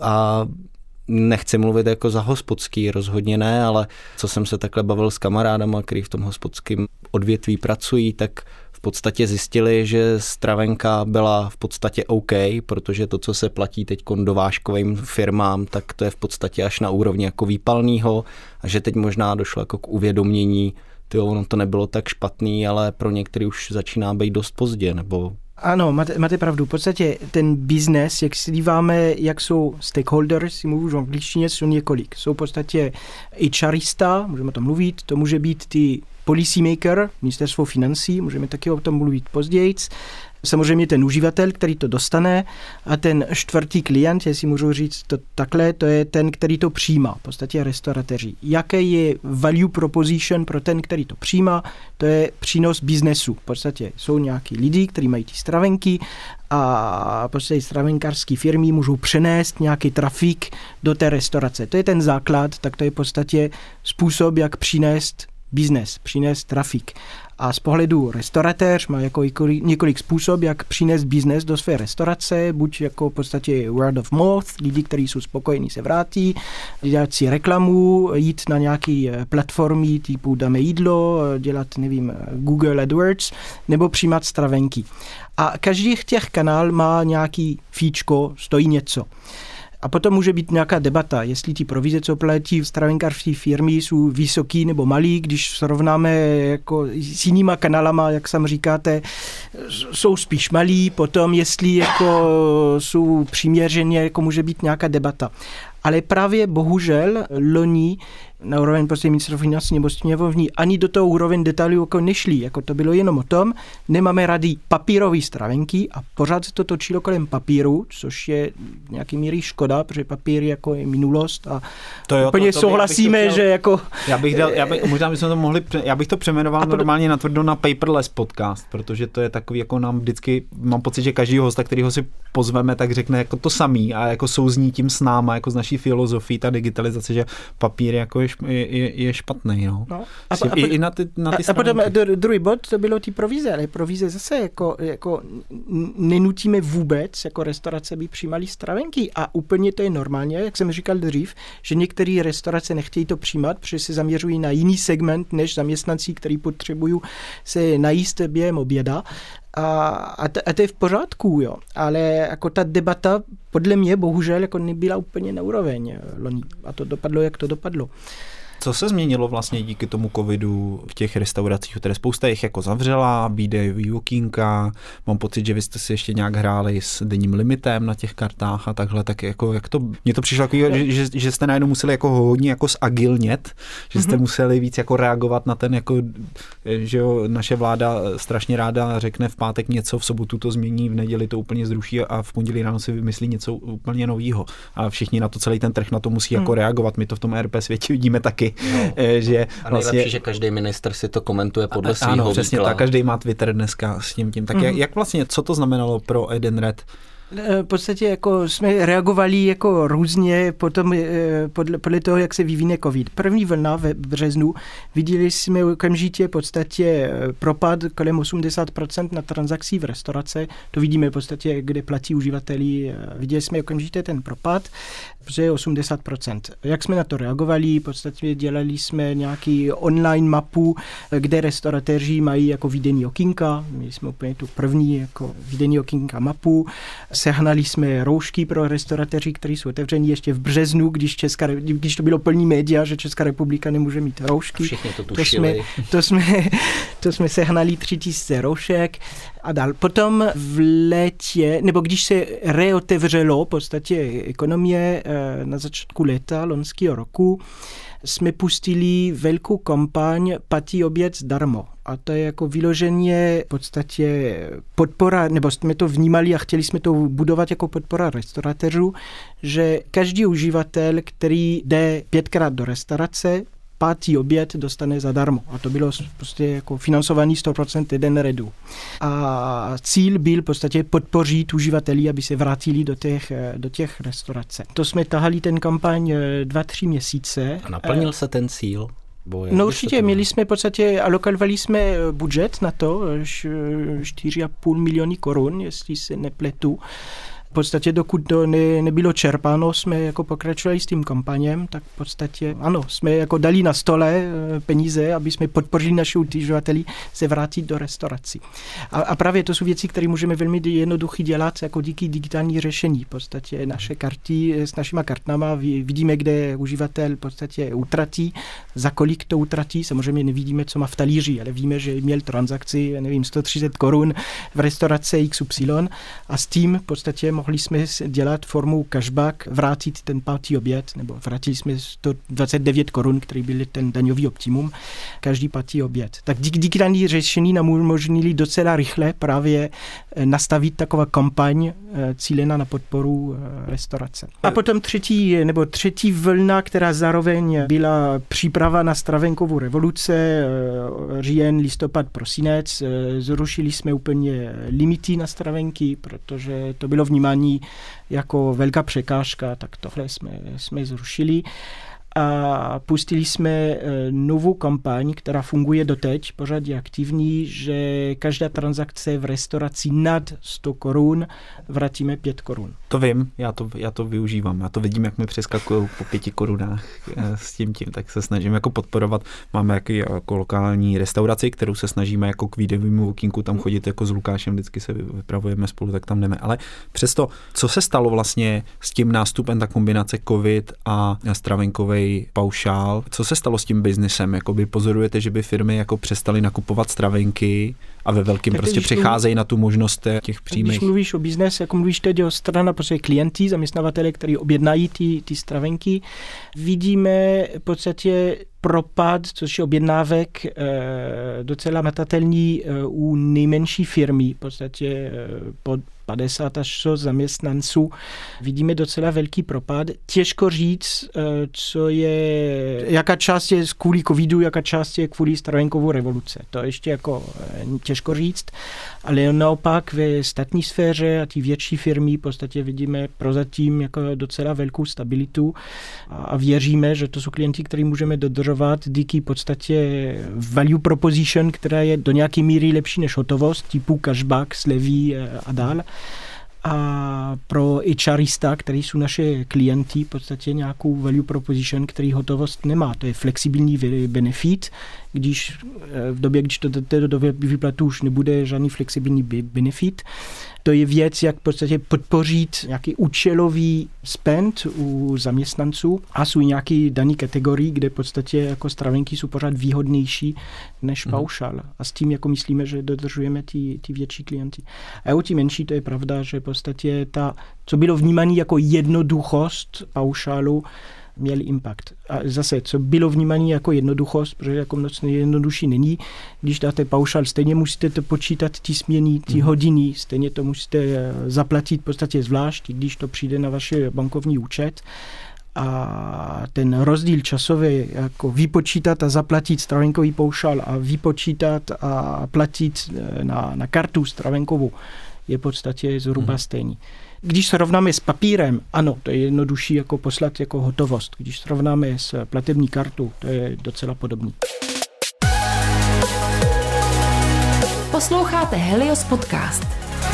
Speaker 4: a nechci mluvit jako za hospodský, rozhodně ne, ale co jsem se takhle bavil s kamarádama, kteří v tom hospodském odvětví pracují, tak v podstatě zjistili, že stravenka byla v podstatě OK, protože to, co se platí teď dovážkovým firmám, tak to je v podstatě až na úrovni jako výpalného a že teď možná došlo jako k uvědomění, tyjo, ono to nebylo tak špatný, ale pro některý už začíná být dost pozdě, nebo...
Speaker 1: Ano, máte, máte pravdu. V podstatě ten biznes, jak si díváme, jak jsou stakeholders, si mluví v angličtině, jsou několik. Jsou v podstatě HRista, můžeme o tom mluvit, to může být ty policymaker, ministerstvo financí, můžeme taky o tom mluvit později. Samozřejmě ten uživatel, který to dostane a ten čtvrtý klient, jestli můžu říct to takhle, to je ten, který to přijímá, v podstatě restauratéři. Jaké je value proposition pro ten, který to přijímá, to je přínos biznesu. V podstatě jsou nějaký lidi, kteří mají ty stravenky a v podstatě stravenkářské firmy můžou přenést nějaký trafik do té restaurace. To je ten základ, tak to je v podstatě způsob, jak přinést biznes, přinést trafik. A z pohledu restauratéř má jako několik způsob, jak přinést biznes do své restaurace, buď jako v podstatě word of mouth, lidi, kteří jsou spokojení, se vrátí, dělat si reklamu, jít na nějaké platformy typu dáme jídlo, dělat, nevím, Google AdWords, nebo přijímat stravenky. A každý těch kanál má nějaký fíčko, stojí něco. A potom může být nějaká debata, jestli ty provize, co platí v stravenkářské firmy, jsou vysoký nebo malý, když srovnáme jako s jinýma kanálama, jak sam říkáte, jsou spíš malý, potom jestli jako jsou přiměřeně, jako může být nějaká debata. Ale právě bohužel loni na úroveň prostě ministra financí nebo sněmovní ani do toho úroveň detailů jako nešli. Jako to bylo jenom o tom, nemáme rady papírové stravenky a pořád se to točilo kolem papíru, což je nějaký míry škoda, protože papír jako je minulost a
Speaker 3: to jo,
Speaker 1: úplně
Speaker 3: to, to
Speaker 1: souhlasíme,
Speaker 3: chtěl,
Speaker 1: že jako...
Speaker 3: Já bych, dal, já bych možná bychom to mohli, já bych to přeměnoval pod... normálně natvrdo na paperless podcast, protože to je takový, jako nám vždycky, mám pocit, že každý hosta, kterýho si pozveme, tak řekne jako to samý a jako souzní tím s náma, jako z naší filozofii, ta digitalizace, že papír jako je, je, je špatný, no. no. A, a, I, i na ty, na ty
Speaker 1: a, a potom druhý bod, to bylo ty provize, ale provize zase jako, jako nenutíme vůbec, jako restaurace by přijímali stravenky a úplně to je normálně, jak jsem říkal dřív, že některé restaurace nechtějí to přijímat, protože se zaměřují na jiný segment, než zaměstnanci, kteří potřebují se najíst během oběda. A, a, to, a to je v pořádku, jo. Ale jako ta debata podle mě bohužel jako nebyla úplně na úroveň loni. A to dopadlo, jak to dopadlo.
Speaker 3: Co se změnilo vlastně díky tomu covidu v těch restauracích, které spousta jich jako zavřela, výdejový okýnka, mám pocit, že vy jste si ještě nějak hráli s denním limitem na těch kartách a takhle, tak jako jak to, mně to přišlo jako, že, že, že jste najednou museli jako hodně jako zagilnět, že jste mm-hmm. museli víc jako reagovat na ten jako, že jo, naše vláda strašně ráda řekne v pátek něco, v sobotu to změní, v neděli to úplně zruší a v pondělí ráno si vymyslí něco úplně novýho. A všichni na to, celý ten trh na to musí mm. jako reagovat. My to v tom E R P světě vidíme taky. No. Že
Speaker 4: a nejlepší, vlastně, že každý ministr si to komentuje podle svého výkladu. Ano,
Speaker 3: přesně tak, každý má Twitter dneska s tím tím. Tak mm-hmm. jak, jak vlastně, co to znamenalo pro Edenred?
Speaker 1: V podstatě jako jsme reagovali jako různě potom, podle, podle toho, jak se vyvine covid. První vlna v březnu viděli jsme okamžitě v podstatě propad kolem osmdesát procent na transakcí v restaurace. To vidíme v podstatě, kde platí uživateli. Viděli jsme okamžitě ten propad, protože osmdesát procent. Jak jsme na to reagovali? V podstatě dělali jsme nějaký online mapu, kde restauratéři mají jako výdejní okýnka. My jsme úplně tu první jako výdejní okýnka mapu. Sehnali jsme roušky pro restauratéři, kteří jsou otevření ještě v březnu, když, Česká, když to bylo plný média, že Česká republika nemůže mít roušky.
Speaker 4: Všichni to
Speaker 1: tušili. To jsme, to jsme, to jsme sehnali tři tisíce roušek a dál. Potom v létě, nebo když se reotevřelo v podstatě ekonomie na začátku léta loňského roku, jsme pustili velkou kampaň Patí oběd zdarma. A to je jako vyloženě v podstatě podpora, nebo jsme to vnímali a chtěli jsme to budovat jako podpora restauratéřů, že každý uživatel, který jde pětkrát do restaurace, pátý oběd dostane zadarmo. A to bylo prostě jako financovaný sto procent Edenredu. A cíl byl v podstatě podpořit uživateli, aby se vrátili do těch, do těch restaurací. To jsme tahali ten kampaň dva, tři měsíce.
Speaker 4: A naplnil se ten cíl?
Speaker 1: No určitě, měli jsme v podstatě, alokovali jsme budžet na to, čtyři a půl miliony korun, jestli se nepletu. V podstatě dokud to ne, nebylo čerpáno, jsme jako pokračovali s tím kampaněm, tak v podstatě ano, jsme jako dali na stole peníze, aby jsme podpořili naše uživateli se vrátit do restaurací. A, a právě to jsou věci, které můžeme velmi jednoduchy dělat jako díky digitální řešení. V podstatě naše karty, s našima kartama vidíme, kde uživatel v podstatě utratí, za kolik to utratí. Samozřejmě nevidíme, co má v talíři, ale víme, že měl transakci, nevím, sto třicet korun v restauraci X Y a s tím v podstatě mohli jsme dělat formou cashback, vrátit ten pátý oběd, nebo vrátili jsme sto dvacet devět korun, který byl ten daňový optimum, každý pátý oběd. Tak díky digitální řešení nám umožnili docela rychle právě nastavit taková kampaň cílená na podporu restaurace. A potom třetí, nebo třetí vlna, která zároveň byla příprava na stravenkovou revoluce, říjen, listopad, prosinec, zrušili jsme úplně limity na stravenky, protože to bylo vnímáno jako velká překážka, tak tohle jsme, jsme zrušili. a pustili jsme novou kampaň, která funguje doteď, pořád je aktivní, že každá transakce v restauraci nad sto korun vrátíme pět korun.
Speaker 3: To vím, já to, já to využívám, já to vidím, jak mi přeskakují po pěti korunách s tím tím, tak se snažím jako podporovat. Máme jaký, jako lokální restauraci, kterou se snažíme jako k výdejovému okýnku tam chodit jako s Lukášem, vždycky se vypravujeme spolu, tak tam jdeme. Ale přesto, co se stalo vlastně s tím nástupem, ta kombinace covid a stravenkový paušál, co se stalo s tím biznesem? Jakoby pozorujete, že by firmy jako přestaly nakupovat stravenky a ve velkým tak prostě přecházejí na tu možnost těch přímých.
Speaker 1: Když mluvíš o biznes, jako mluvíš teď o strana prostě klienti, zaměstnavatele, kteří objednají ty, ty stravenky, vidíme v podstatě propad, což je objednávek e, docela matatelný e, u nejmenší firmy, v podstatě e, pod padesát až sto zaměstnanců. Vidíme docela velký propad. Těžko říct, e, co je, jaká část je kvůli covidu, jaká část je kvůli stravenkovou revoluce. To ještě jako e, těžko říct, ale naopak ve státní sféře a ty větší firmy v podstatě vidíme prozatím jako docela velkou stabilitu a, a věříme, že to jsou klienti, který můžeme dodržovat díky v podstatě value proposition, která je do nějaké míry lepší než hotovost, typu cashback, slevy a dál. A pro HRista, který jsou naše klienti, v podstatě nějakou value proposition, který hotovost nemá. To je flexibilní benefit, když v době, když to do té doby vyplatu už nebude žádný flexibilní benefit. To je věc, jak v podstatě podpořit nějaký účelový spend u zaměstnanců a jsou nějaké dané kategorii, kde v podstatě jako stravenky jsou pořád výhodnější než mm. paušál. A s tím jako myslíme, že dodržujeme ty, ty větší klienty. A u ty menší to je pravda, že v podstatě ta, co bylo vnímané jako jednoduchost paušálu, měl impact. A zase, co bylo vnímané jako jednoduchost, protože jako moc jednodušší není, když dáte paušál, stejně musíte to počítat ty směny, ty mm. hodiny, stejně to musíte zaplatit v podstatě zvlášť, když to přijde na vaš bankovní účet. A ten rozdíl časový, jako vypočítat a zaplatit stravenkový paušál a vypočítat a platit na, na kartu stravenkovou, je v podstatě zhruba mm. stejný. Když srovnáme s papírem, ano, to je jednodušší jako poslat jako hotovost. Když srovnáme s platební kartou, to je docela podobný.
Speaker 2: Posloucháte Helios podcast.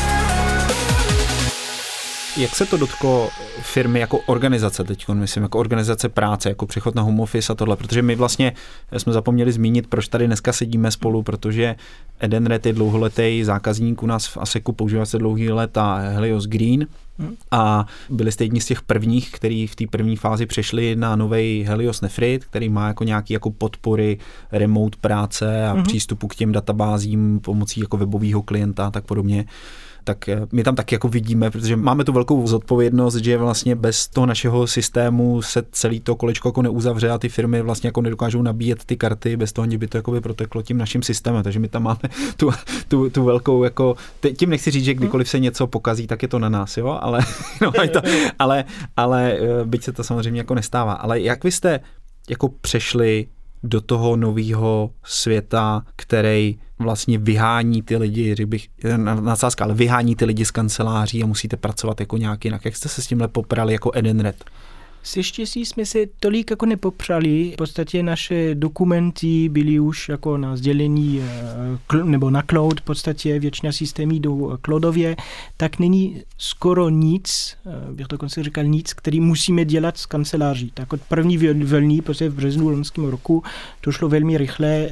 Speaker 3: Jak se to dotklo firmy jako organizace teď, myslím, jako organizace práce, jako přechod na home office a tohle, protože my vlastně jsme zapomněli zmínit, proč tady dneska sedíme spolu, protože Edenred je dlouholetý zákazník u nás v Aseku, používá se dlouhý let a Helios Green a byli jste jedni z těch prvních, který v té první fázi přešli na nový Helios Nefrit, který má jako nějaký jako podpory remote práce a mm-hmm. přístupu k těm databázím pomocí jako webového klienta a tak podobně. Tak my tam taky jako vidíme, protože máme tu velkou zodpovědnost, že vlastně bez toho našeho systému se celý to kolečko jako neuzavře a ty firmy vlastně jako nedokážou nabíjet ty karty bez toho, že by to jako by proteklo tím naším systémem, takže my tam máme tu, tu, tu velkou jako, tím nechci říct, že kdykoliv se něco pokazí, tak je to na nás, jo, ale, no, to, ale, ale byť se to samozřejmě jako nestává, ale jak vy jste jako přešli do toho nového světa, který vlastně vyhání ty lidi, řekl bych, nadsázka, ale vyhání ty lidi z kanceláří a musíte pracovat jako nějak jinak. Jak jste se s tímhle poprali jako Edenred?
Speaker 1: Se štěstí jsme se tolik jako nepopřali. V podstatě naše dokumenty byly už jako na sdělení nebo na cloud, v podstatě většina systémů jdou cloudově, tak není skoro nic, bych dokonce říkal nic, který musíme dělat z kanceláří. Tak od první vlny, prostě v březnu loňského roku, to šlo velmi rychle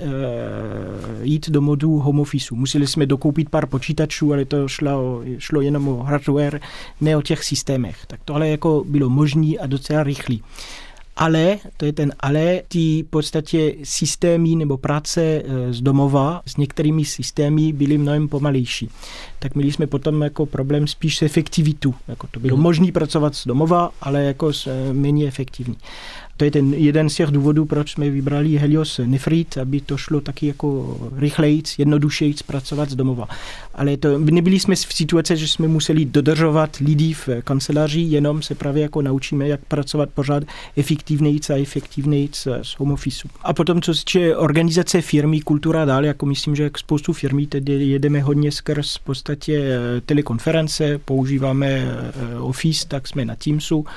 Speaker 1: jít do modu home office. Museli jsme dokoupit pár počítačů, ale to šlo, šlo jenom o hardware, ne o těch systémech. Tak tohle jako bylo možné a docela rychlý. Ale, to je ten ale, ty v podstatě systémy nebo práce z domova s některými systémy byly mnohem pomalejší. Tak měli jsme potom jako problém spíš s efektivitou. Jako to bylo mm. možné pracovat z domova, ale jako méně efektivní. To je ten jeden z těch důvodů, proč jsme vybrali Helios Nefrit, aby to šlo taky jako rychlejc, jednodušejc pracovat z domova. Ale to, nebyli jsme v situaci, že jsme museli dodržovat lidi v kanceláři, jenom se právě jako naučíme, jak pracovat pořád efektivnějc a efektivnějc z home office. A potom, co se týče organizace firmy, kultura dál, jako myslím, že jak spoustu firmy, tedy jedeme hodně skrz v podstatě telekonference, používáme Office, tak jsme na Teamsu,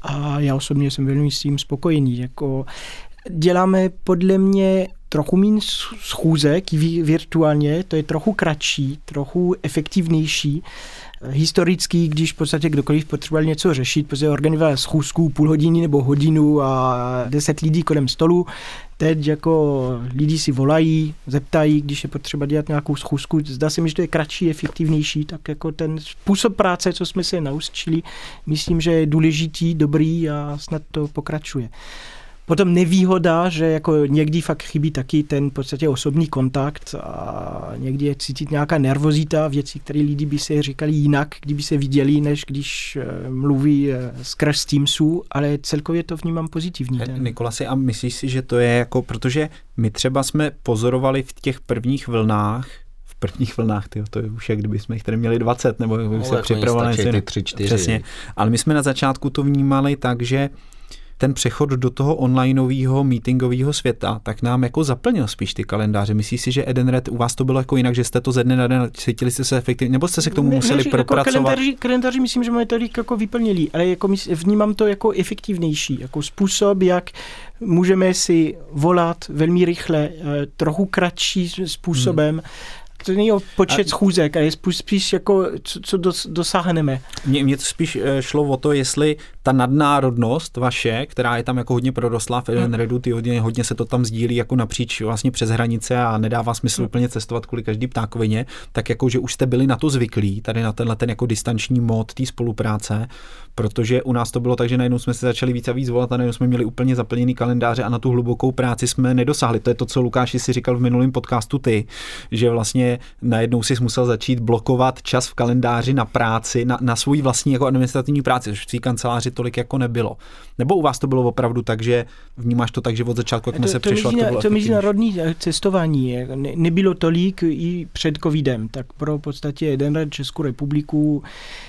Speaker 1: a já osobně jsem velmi s tím spokojený. Jako děláme podle mě trochu méně schůzek virtuálně, to je trochu kratší, trochu efektivnější. Historicky, když v podstatě kdokoliv potřeboval něco řešit, protože organizoval schůzku půl hodiny nebo hodinu a deset lidí kolem stolu. Teď jako lidi si volají, zeptají, když je potřeba dělat nějakou schůzku. Zdá se mi, že to je kratší, efektivnější, tak jako ten způsob práce, co jsme se naučili, myslím, že je důležitý, dobrý a snad to pokračuje. Potom nevýhoda, že jako někdy fakt chybí taky ten v podstatě osobní kontakt a někdy je cítit nějaká nervozita, věci, které lidi by se říkali jinak, kdyby se viděli, než když mluví skrz Teamsu, ale celkově to vnímám pozitivní.
Speaker 3: Nikolasi, a myslíš si, že to je jako, protože my třeba jsme pozorovali v těch prvních vlnách, v prvních vlnách, tyjo, to je už jak kdyby jsme jich tady měli dvacet, nebo no, se připravovali.
Speaker 4: Ty tři, čtyři.
Speaker 3: Přesně, ale my jsme na začátku to vnímali tak, že ten přechod do toho onlineového meetingového světa, tak nám jako zaplnil spíš ty kalendáře. Myslíš si, že Edenred, u vás to bylo jako jinak, že jste to ze dne na den cítili jste se efektivně, nebo jste se k tomu ne, museli ne, propracovat?
Speaker 1: Jako kalendáři, kalendáři myslím, že máme tady jako vyplnili, ale jako vnímám to jako efektivnější, jako způsob, jak můžeme si volat velmi rychle, trochu kratší způsobem. Hmm. To není o počet a... schůzek, ale je spíš jako, co, co dos, dosáhneme.
Speaker 3: Mně, mně to spíš šlo o to, jestli ta nadnárodnost vaše, která je tam jako hodně prorostlá v Edenredu, ty hodně, hodně se to tam sdílí jako napříč vlastně přes hranice a nedává smysl hmm. úplně cestovat kvůli každý ptákovině, tak jako, že už jste byli na to zvyklí, tady na tenhle ten jako distanční mód té spolupráce, protože u nás to bylo tak, že najednou jsme se začali víc a víc volat a najednou jsme měli úplně zaplněný kalendáře a na tu hlubokou práci jsme nedosáhli. To je to, co Lukáši si říkal v minulém podcastu ty, že vlastně najednou si musel začít blokovat čas v kalendáři na práci, na, na svou vlastní jako administrativní práci, což v té kanceláři tolik jako nebylo. Nebo u vás to bylo opravdu tak, že vnímáš to tak, že od začátku, jak jsme se přišlo, to bylo
Speaker 1: to mezinárodní cestování ne, nebylo tolik i před covidem, tak pro v podstatě Edenred Českou republiku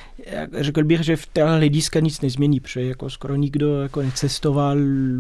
Speaker 1: řekl bych, že v téhle hlediska nic nezmění, protože jako skoro nikdo jako necestoval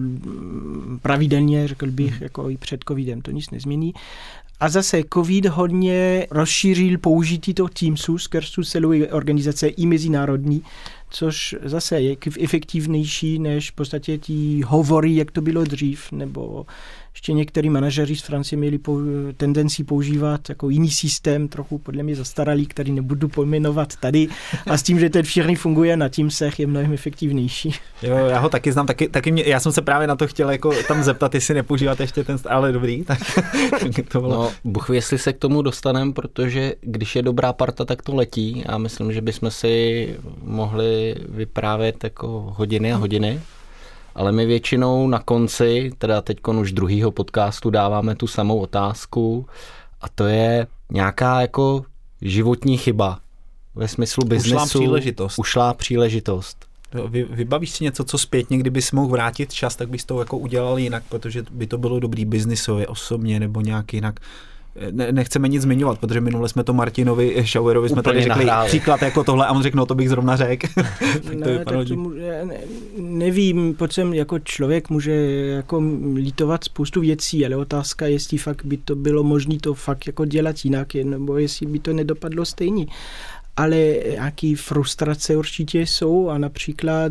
Speaker 1: pravidelně, řekl bych, jako i před covidem, to nic nezmění. A zase covid hodně rozšířil použití toho Teamsu skrz tu celou organizace i mezinárodní, což zase je efektivnější než v podstatě tí hovory, jak to bylo dřív, nebo ještě některý manažeři z Francie měli tendenci používat jako jiný systém, trochu podle mě zastaralý, který nebudu pojmenovat tady, a s tím, že ten firmy funguje na Teamsech, je mnohem efektivnější.
Speaker 3: Jo, já ho taky znám, taky, taky mě, já jsem se právě na to chtěl jako tam zeptat, jestli nepoužívat ještě ten, ale dobrý, tak to bylo.
Speaker 4: No, Bůh ví, jestli se k tomu dostaneme, protože když je dobrá parta, tak to letí a myslím, že bychom si mohli vyprávět jako hodiny a hodiny. Ale my většinou na konci, teda teďkon už druhýho podcastu, dáváme tu samou otázku a to je nějaká jako životní chyba ve smyslu biznesu.
Speaker 3: Ušlá příležitost.
Speaker 4: Ušlá příležitost.
Speaker 3: Vy, vybavíš si něco, co zpětně, kdybys mohl vrátit čas, tak bys to jako udělal jinak, protože by to bylo dobrý biznisově, osobně nebo nějak jinak. Ne, nechceme nic zmiňovat, protože minule jsme to Martinovi Schauerovi jsme tady řekli nahráli příklad jako tohle a on řekl, no to bych zrovna řekl.
Speaker 1: Ne, tak to může, ne, nevím, počem jako člověk může jako lítovat spoustu věcí, ale otázka je, jestli fakt by to bylo možné to fakt jako dělat jinak, nebo jestli by to nedopadlo stejně. Ale nějaké frustrace určitě jsou a například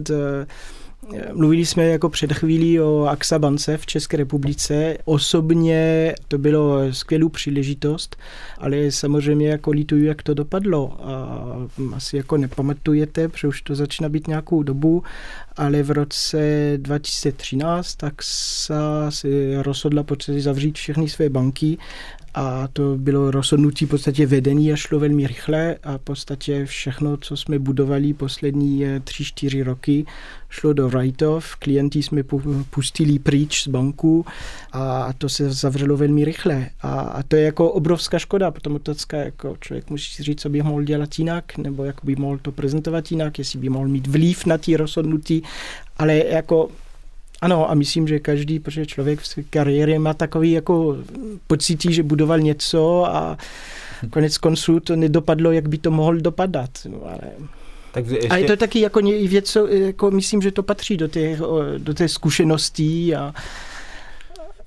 Speaker 1: mluvili jsme jako před chvílí o AXA bance v České republice. Osobně to bylo skvělou příležitost, ale samozřejmě jako lituju, jak to dopadlo. A asi jako nepamatujete, protože už to začíná být nějakou dobu, ale v roce dva tisíce třináct AXA se rozhodla potřebovat zavřít všechny své banky a to bylo rozhodnutí v podstatě vedení a šlo velmi rychle a v podstatě všechno, co jsme budovali poslední tři, čtyři roky, šlo do write-off, klienty jsme pustili pryč z banku a to se zavřelo velmi rychle. A, a to je jako obrovská škoda, potom otázka, jako člověk musí říct, co by mohl dělat jinak, nebo jak by mohl to prezentovat jinak, jestli by mohl mít vliv na ty rozhodnutí, ale jako ano, a myslím, že každý, protože člověk v své kariéře má takový jako pocití, že budoval něco a konec konců to nedopadlo, jak by to mohl dopadat. No, ale... Tak ještě... A je to taky jako věc, co, jako myslím, že to patří do té, do té zkušeností a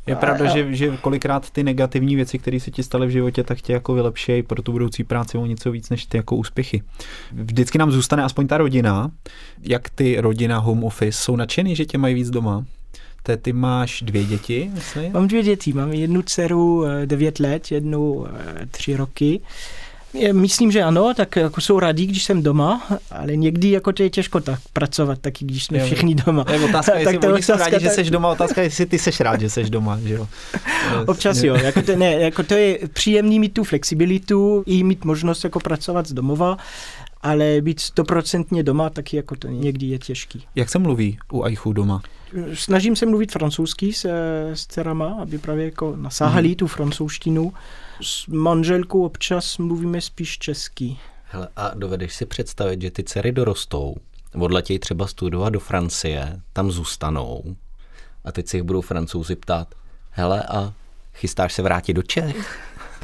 Speaker 3: Je pravda, že, že kolikrát ty negativní věci, které se ti staly v životě, tak tě jako vylepšejí pro tu budoucí práci o něco víc, než ty jako úspěchy. Vždycky nám zůstane aspoň ta rodina. Jak ty rodina, home office, jsou nadšený, že tě mají víc doma? Te, ty máš dvě děti, myslím?
Speaker 1: Mám dvě děti, mám jednu dceru devět let, jednu tři roky. Myslím, že ano, tak jako jsou rádi, když jsem doma, ale někdy jako to je těžko tak pracovat, taky když jsme je, všichni doma.
Speaker 3: Je otázka, jestli tak oni jsou rádi, tak... že seš doma, otázka, jestli ty seš rád, že seš doma, že jo?
Speaker 1: Občas jo, jako to, ne, jako to je příjemný mít tu flexibilitu i mít možnost jako pracovat z domova, ale být stoprocentně doma, taky jako to někdy je těžký.
Speaker 3: Jak se mluví u Aichu doma?
Speaker 1: Snažím se mluvit francouzsky s, s dcerama, aby právě jako nasáhali hmm. tu francouzštinu. S manželkou občas mluvíme spíš česky.
Speaker 4: Hele, a dovedeš si představit, že ty dcery dorostou, odletějí třeba studovat do Francie, tam zůstanou a teď se jich budou Francouzi ptát, hele, a chystáš se vrátit do Čech?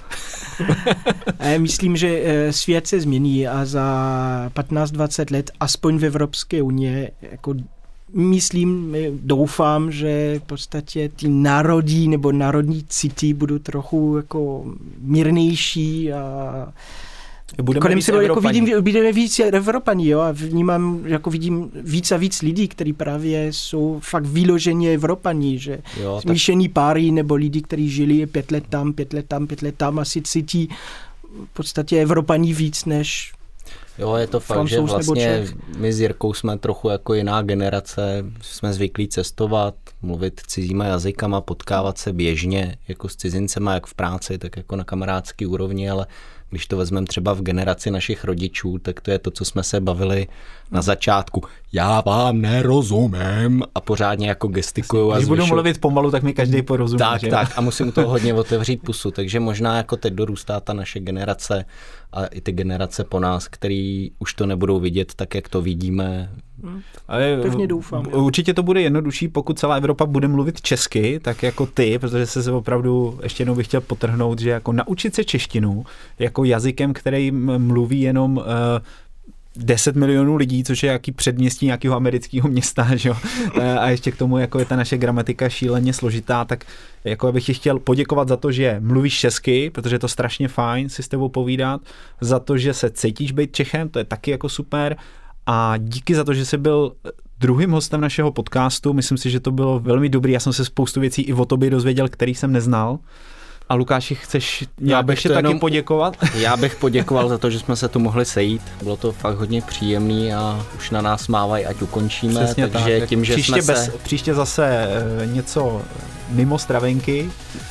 Speaker 1: Myslím, že svět se změní a za patnáct dvacet let, aspoň v Evropské unii, jako myslím, doufám, že v podstatě ty národí nebo národní city budou trochu jako mírnější a
Speaker 3: budeme
Speaker 1: kolem
Speaker 3: víc
Speaker 1: sebe jako
Speaker 3: Evropaní.
Speaker 1: vidím, budeme víc Evropaní, jo, a vnímám, jako vidím víc a víc lidí, kteří právě jsou fakt vyloženě Evropaní, že jo, tak... smíšený páry nebo lidi, kteří žili pět let tam, pět let tam, pět let tam, asi cítí v podstatě Evropaní víc než
Speaker 4: Jo, je to fakt, že vlastně my s Jirkou jsme trochu jako jiná generace, jsme zvyklí cestovat, mluvit cizíma jazykama, potkávat se běžně jako s cizincema, jak v práci, tak jako na kamarádský úrovni, ale když to vezmeme třeba v generaci našich rodičů, tak to je to, co jsme se bavili na začátku. Já vám nerozumím a pořádně jako gestikuju.
Speaker 3: Když budu mluvit pomalu, tak mi každý porozumí.
Speaker 4: Tak,
Speaker 3: že?
Speaker 4: tak a musím toho hodně otevřít pusu, takže možná jako teď dorůstá ta naše generace a i ty generace po nás, který už to nebudou vidět tak, jak to vidíme.
Speaker 3: Ale
Speaker 1: pevně doufám.
Speaker 3: Určitě to bude jednodušší, pokud celá Evropa bude mluvit česky, tak jako ty, protože se opravdu, ještě jednou bych chtěl podtrhnout, že jako naučit se češtinu jako jazykem, který mluví jenom uh, deset milionů lidí, což je jaký předměstí nějakého amerického města, že jo? A ještě k tomu, jako je ta naše gramatika šíleně složitá, tak jako bych ti chtěl poděkovat za to, že mluvíš česky, protože je to strašně fajn si s tebou povídat, za to, že se cítíš být Čechem, to je taky jako super. A díky za to, že jsi byl druhým hostem našeho podcastu. Myslím si, že to bylo velmi dobrý. Já jsem se spoustu věcí i o tobě dozvěděl, který jsem neznal. A Lukáši, chceš já bych ještě taky jenom poděkovat?
Speaker 4: Já bych poděkoval za to, že jsme se tu mohli sejít. Bylo to fakt hodně příjemný a už na nás mávají, ať ukončíme.
Speaker 3: Přesně
Speaker 4: takže
Speaker 3: tak.
Speaker 4: tím, že
Speaker 3: příště,
Speaker 4: jsme
Speaker 3: bez,
Speaker 4: se...
Speaker 3: příště zase něco mimo stravenky.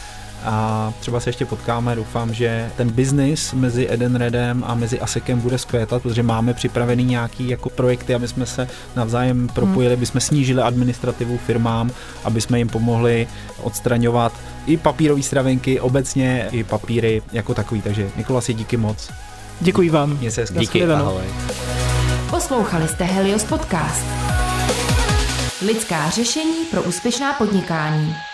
Speaker 3: A třeba se ještě potkáme, doufám, že ten biznis mezi Edenredem a mezi Asekem bude zkvétat, protože máme připravený nějaký jako projekty, aby jsme se navzájem propojili, aby jsme snížili administrativu firmám, aby jsme jim pomohli odstraňovat i papírové stravenky, obecně i papíry jako takový. Takže Nikolasi, díky moc.
Speaker 1: Děkuji vám.
Speaker 3: Měj se hezky.
Speaker 4: Díky, ahoj.
Speaker 2: Poslouchali jste Helios Podcast. Lidská řešení pro úspěšná podnikání.